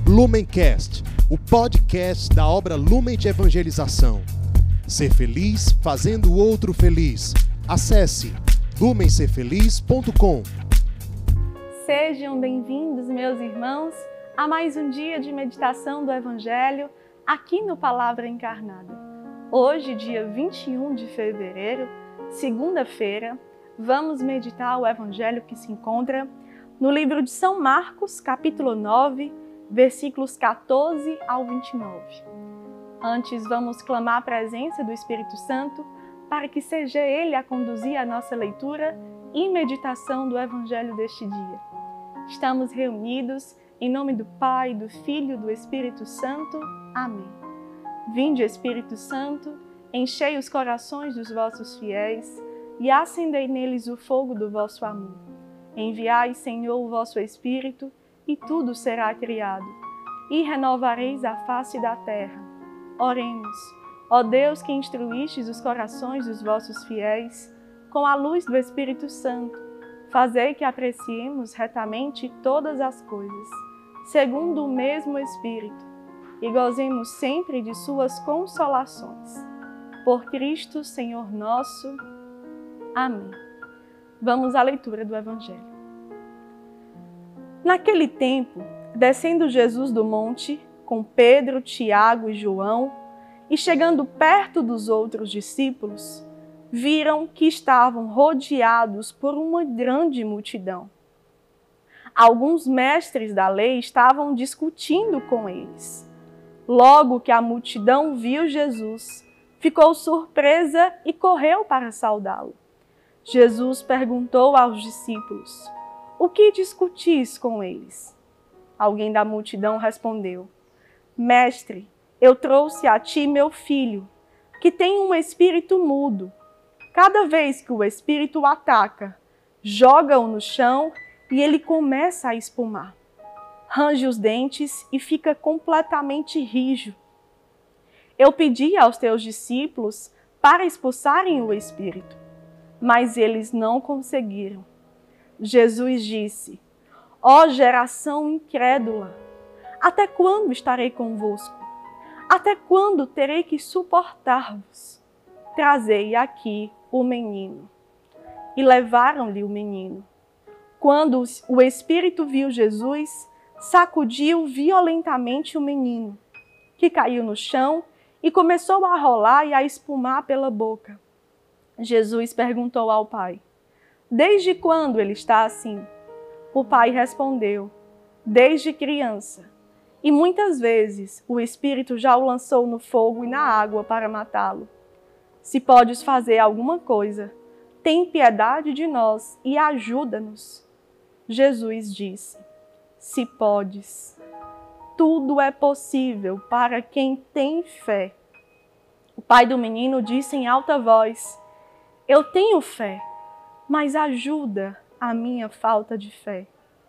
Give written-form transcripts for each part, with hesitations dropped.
Lumencast, o podcast da obra Lumen de Evangelização. Ser feliz fazendo o outro feliz. Acesse lumencerfeliz.com. Sejam bem-vindos, meus irmãos, a mais um dia de meditação do Evangelho aqui no Palavra Encarnada. Hoje, dia 21 de fevereiro, segunda-feira, vamos meditar o Evangelho que se encontra no livro de São Marcos, capítulo 9, versículos 14 ao 29. Antes, vamos clamar a presença do Espírito Santo para que seja Ele a conduzir a nossa leitura e meditação do Evangelho deste dia. Estamos reunidos em nome do Pai, do Filho e do Espírito Santo. Amém. Vinde, Espírito Santo, enchei os corações dos vossos fiéis e acendei neles o fogo do vosso amor. Enviai, Senhor, o vosso Espírito, e tudo será criado, e renovareis a face da terra. Oremos, ó Deus que instruístes os corações dos vossos fiéis, com a luz do Espírito Santo, fazei que apreciemos retamente todas as coisas, segundo o mesmo Espírito, e gozemos sempre de suas consolações. Por Cristo, Senhor nosso. Amém. Vamos à leitura do Evangelho. Naquele tempo, descendo Jesus do monte, com Pedro, Tiago e João, e chegando perto dos outros discípulos, viram que estavam rodeados por uma grande multidão. Alguns mestres da lei estavam discutindo com eles. Logo que a multidão viu Jesus, ficou surpresa e correu para saudá-lo. Jesus perguntou aos discípulos: "O que discutis com eles?" Alguém da multidão respondeu: "Mestre, eu trouxe a ti meu filho, que tem um espírito mudo. Cada vez que o espírito o ataca, joga-o no chão e ele começa a espumar. Range os dentes e fica completamente rijo. Eu pedi aos teus discípulos para expulsarem o espírito, mas eles não conseguiram." Jesus disse: "Ó geração incrédula, até quando estarei convosco? Até quando terei que suportar-vos? Trazei aqui o menino." E levaram-lhe o menino. Quando o espírito viu Jesus, sacudiu violentamente o menino, que caiu no chão e começou a rolar e a espumar pela boca. Jesus perguntou ao pai: "Desde quando ele está assim?" O pai respondeu: "Desde criança. E muitas vezes o espírito já o lançou no fogo e na água para matá-lo. Se podes fazer alguma coisa, tem piedade de nós e ajuda-nos." Jesus disse: "Se podes, tudo é possível para quem tem fé." O pai do menino disse em alta voz: "Eu tenho fé, mas ajuda a minha falta de fé."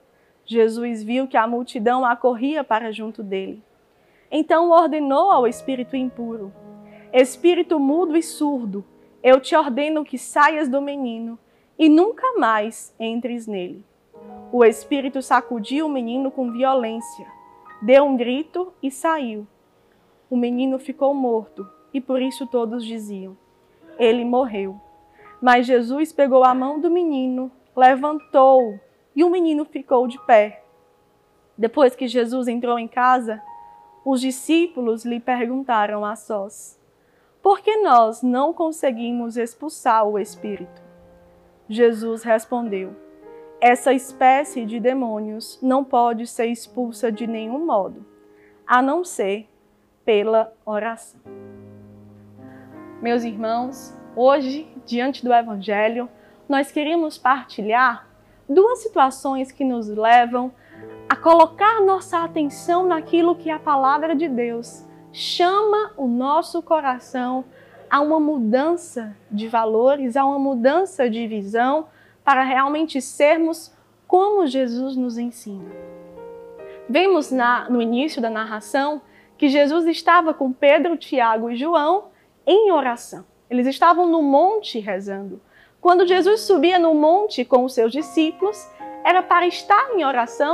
Jesus viu que a multidão acorria para junto dele. Então ordenou ao espírito impuro: "Espírito mudo e surdo, eu te ordeno que saias do menino e nunca mais entres nele." O espírito sacudiu o menino com violência, deu um grito e saiu. O menino ficou morto e por isso todos diziam: "Ele morreu." Mas Jesus pegou a mão do menino, levantou-o e o menino ficou de pé. Depois que Jesus entrou em casa, os discípulos lhe perguntaram a sós: "Por que nós não conseguimos expulsar o espírito?" Jesus respondeu: "Essa espécie de demônios não pode ser expulsa de nenhum modo, a não ser pela oração." Meus irmãos, hoje, diante do Evangelho, nós queremos partilhar duas situações que nos levam a colocar nossa atenção naquilo que a palavra de Deus chama o nosso coração a uma mudança de valores, a uma mudança de visão, para realmente sermos como Jesus nos ensina. Vemos no início da narração que Jesus estava com Pedro, Tiago e João em oração. Eles estavam no monte rezando. Quando Jesus subia no monte com os seus discípulos, era para estar em oração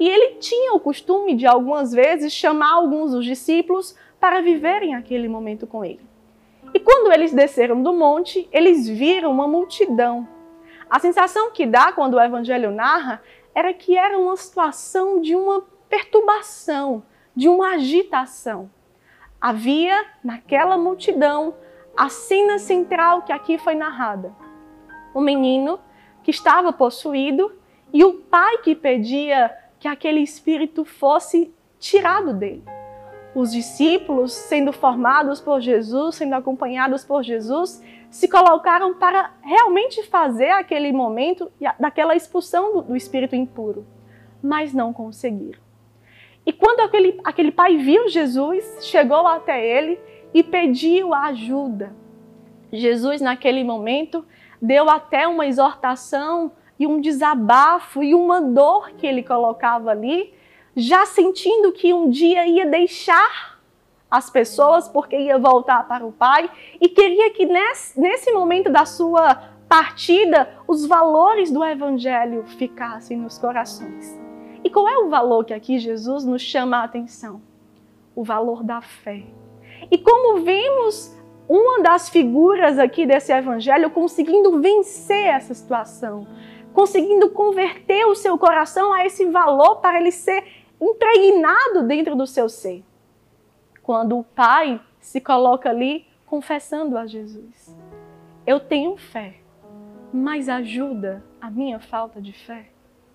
E ele tinha o costume de algumas vezes chamar alguns dos discípulos para viverem aquele momento com ele. E quando eles desceram do monte, eles viram uma multidão. A sensação que dá quando o Evangelho narra era que era uma situação de uma perturbação, de uma agitação. Havia naquela multidão a cena central que aqui foi narrada. O menino que estava possuído e o pai que pedia que aquele espírito fosse tirado dele. Os discípulos, sendo formados por Jesus, sendo acompanhados por Jesus, se colocaram para realmente fazer aquele momento daquela expulsão do espírito impuro, mas não conseguiram. E quando aquele pai viu Jesus, chegou até ele e pediu ajuda. Jesus, naquele momento, deu até uma exortação e um desabafo e uma dor que ele colocava ali, já sentindo que um dia ia deixar as pessoas porque ia voltar para o Pai e queria que nesse momento da sua partida os valores do Evangelho ficassem nos corações. E qual é o valor que aqui Jesus nos chama a atenção? O valor da fé. E como vemos uma das figuras aqui desse Evangelho conseguindo vencer essa situação, conseguindo converter o seu coração a esse valor para ele ser impregnado dentro do seu ser. Quando o pai se coloca ali confessando a Jesus: eu tenho fé, mas ajuda a minha falta de fé.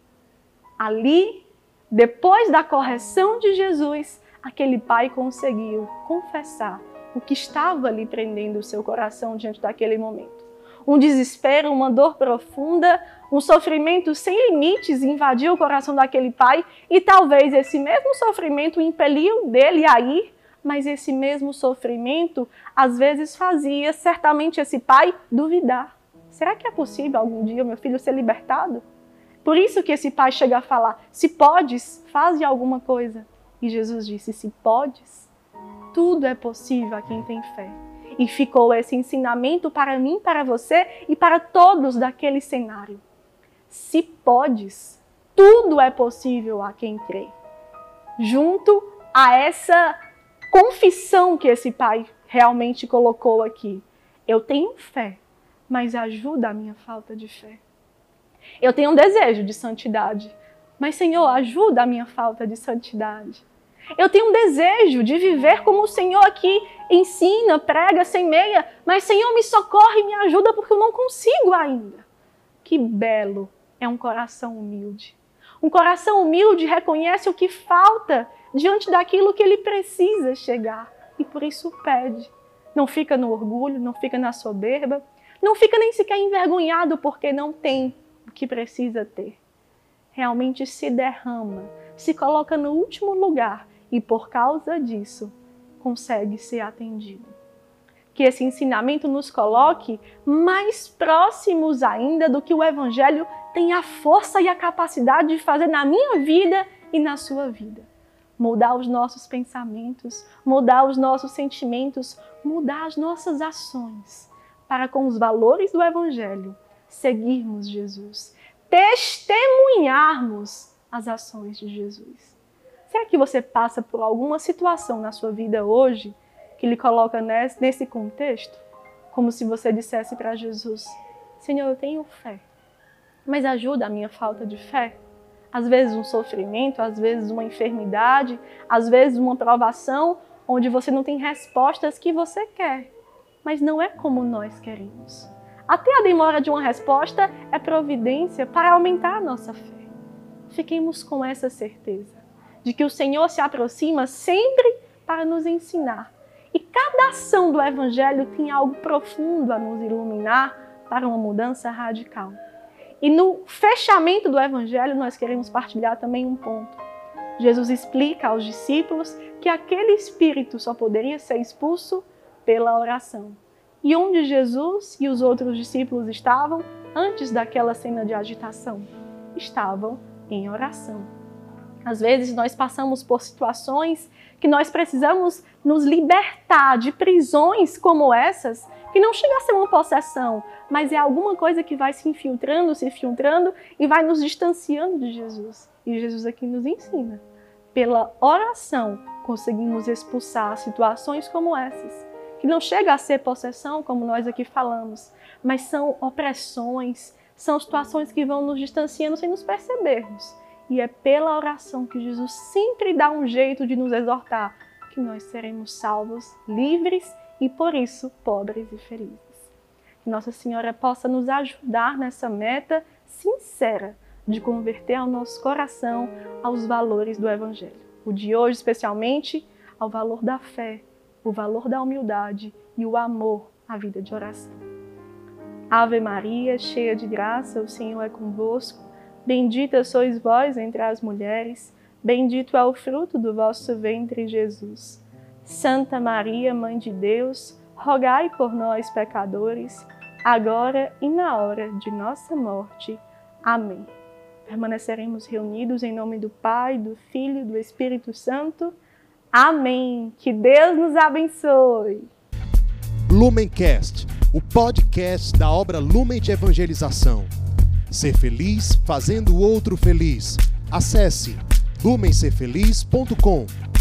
Ali, depois da correção de Jesus, aquele pai conseguiu confessar o que estava ali prendendo o seu coração diante daquele momento. Um desespero, uma dor profunda, um sofrimento sem limites invadiu o coração daquele pai e talvez esse mesmo sofrimento impeliu dele a ir, mas esse mesmo sofrimento às vezes fazia certamente esse pai duvidar. Será que é possível algum dia meu filho ser libertado? Por isso que esse pai chega a falar: se podes, faze alguma coisa. E Jesus disse: se podes, tudo é possível a quem tem fé. E ficou esse ensinamento para mim, para você e para todos daquele cenário. Se podes, tudo é possível a quem crê. Junto a essa confissão que esse pai realmente colocou aqui. Eu tenho fé, mas ajuda a minha falta de fé. Eu tenho um desejo de santidade, mas Senhor, ajuda a minha falta de santidade. Eu tenho um desejo de viver como o Senhor aqui ensina, prega sem meia, mas Senhor, me socorre e me ajuda porque eu não consigo ainda. Que belo é um coração humilde. Um coração humilde reconhece o que falta diante daquilo que ele precisa chegar e por isso pede. Não fica no orgulho, não fica na soberba, não fica nem sequer envergonhado porque não tem o que precisa ter. Realmente se derrama, se coloca no último lugar e por causa disso consegue ser atendido. Que esse ensinamento nos coloque mais próximos ainda do que o Evangelho tem a força e a capacidade de fazer na minha vida e na sua vida. Mudar os nossos pensamentos, mudar os nossos sentimentos, mudar as nossas ações, para com os valores do Evangelho seguirmos Jesus, testemunharmos as ações de Jesus. Será que você passa por alguma situação na sua vida hoje que lhe coloca nesse contexto? Como se você dissesse para Jesus: Senhor, eu tenho fé, mas ajuda a minha falta de fé. Às vezes um sofrimento, às vezes uma enfermidade, às vezes uma provação onde você não tem respostas que você quer, mas não é como nós queremos. Até a demora de uma resposta é providência para aumentar a nossa fé. Fiquemos com essa certeza de que o Senhor se aproxima sempre para nos ensinar. E cada ação do Evangelho tem algo profundo a nos iluminar para uma mudança radical. E no fechamento do Evangelho nós queremos partilhar também um ponto. Jesus explica aos discípulos que aquele espírito só poderia ser expulso pela oração. E onde Jesus e os outros discípulos estavam antes daquela cena de agitação? Estavam em oração. Às vezes nós passamos por situações que nós precisamos nos libertar de prisões como essas, que que não chega a ser uma possessão, mas é alguma coisa que vai se infiltrando e vai nos distanciando de Jesus. E Jesus aqui nos ensina. Pela oração, conseguimos expulsar situações como essas, que não chega a ser possessão, como nós aqui falamos, mas são opressões, são situações que vão nos distanciando sem nos percebermos. E é pela oração que Jesus sempre dá um jeito de nos exortar, que nós seremos salvos, livres e, por isso, pobres e felizes. Que Nossa Senhora possa nos ajudar nessa meta sincera de converter ao nosso coração aos valores do Evangelho. O de hoje, especialmente, ao valor da fé, o valor da humildade e o amor à vida de oração. Ave Maria, cheia de graça, o Senhor é convosco. Bendita sois vós entre as mulheres, bendito é o fruto do vosso ventre, Jesus. Santa Maria, Mãe de Deus, rogai por nós, pecadores, agora e na hora de nossa morte. Amém. Permaneceremos reunidos em nome do Pai, do Filho e do Espírito Santo. Amém. Que Deus nos abençoe. Lumencast, o podcast da obra Lumen de Evangelização. Ser feliz fazendo o outro feliz. Acesse lumencerfeliz.com.